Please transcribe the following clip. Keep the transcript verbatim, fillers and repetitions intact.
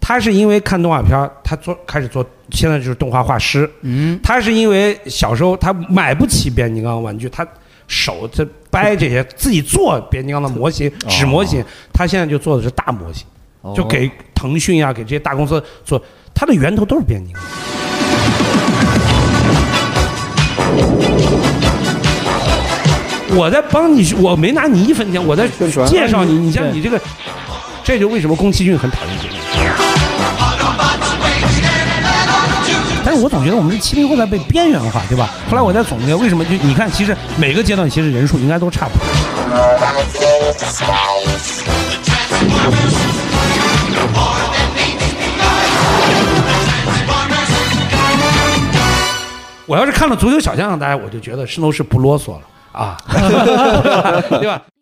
他是因为看动画片，他做开始做，现在就是动画画师。嗯，他是因为小时候他买不起变形金刚玩具，他手这掰这些自己做变形金刚的模型、纸模型，他现在就做的是大模型，就给腾讯呀、给这些大公司做，它的源头都是变形金刚。我在帮你，我没拿你一分钱，我在介绍你。你像你这个，这就为什么宫崎骏很讨厌这个。但是我总觉得我们这七零后在被边缘化，对吧？后来我在总结为什么，就你看，其实每个阶段其实人数应该都差不多。我要是看了足球小将，大家我就觉得圣斗士不啰嗦了啊，对吧？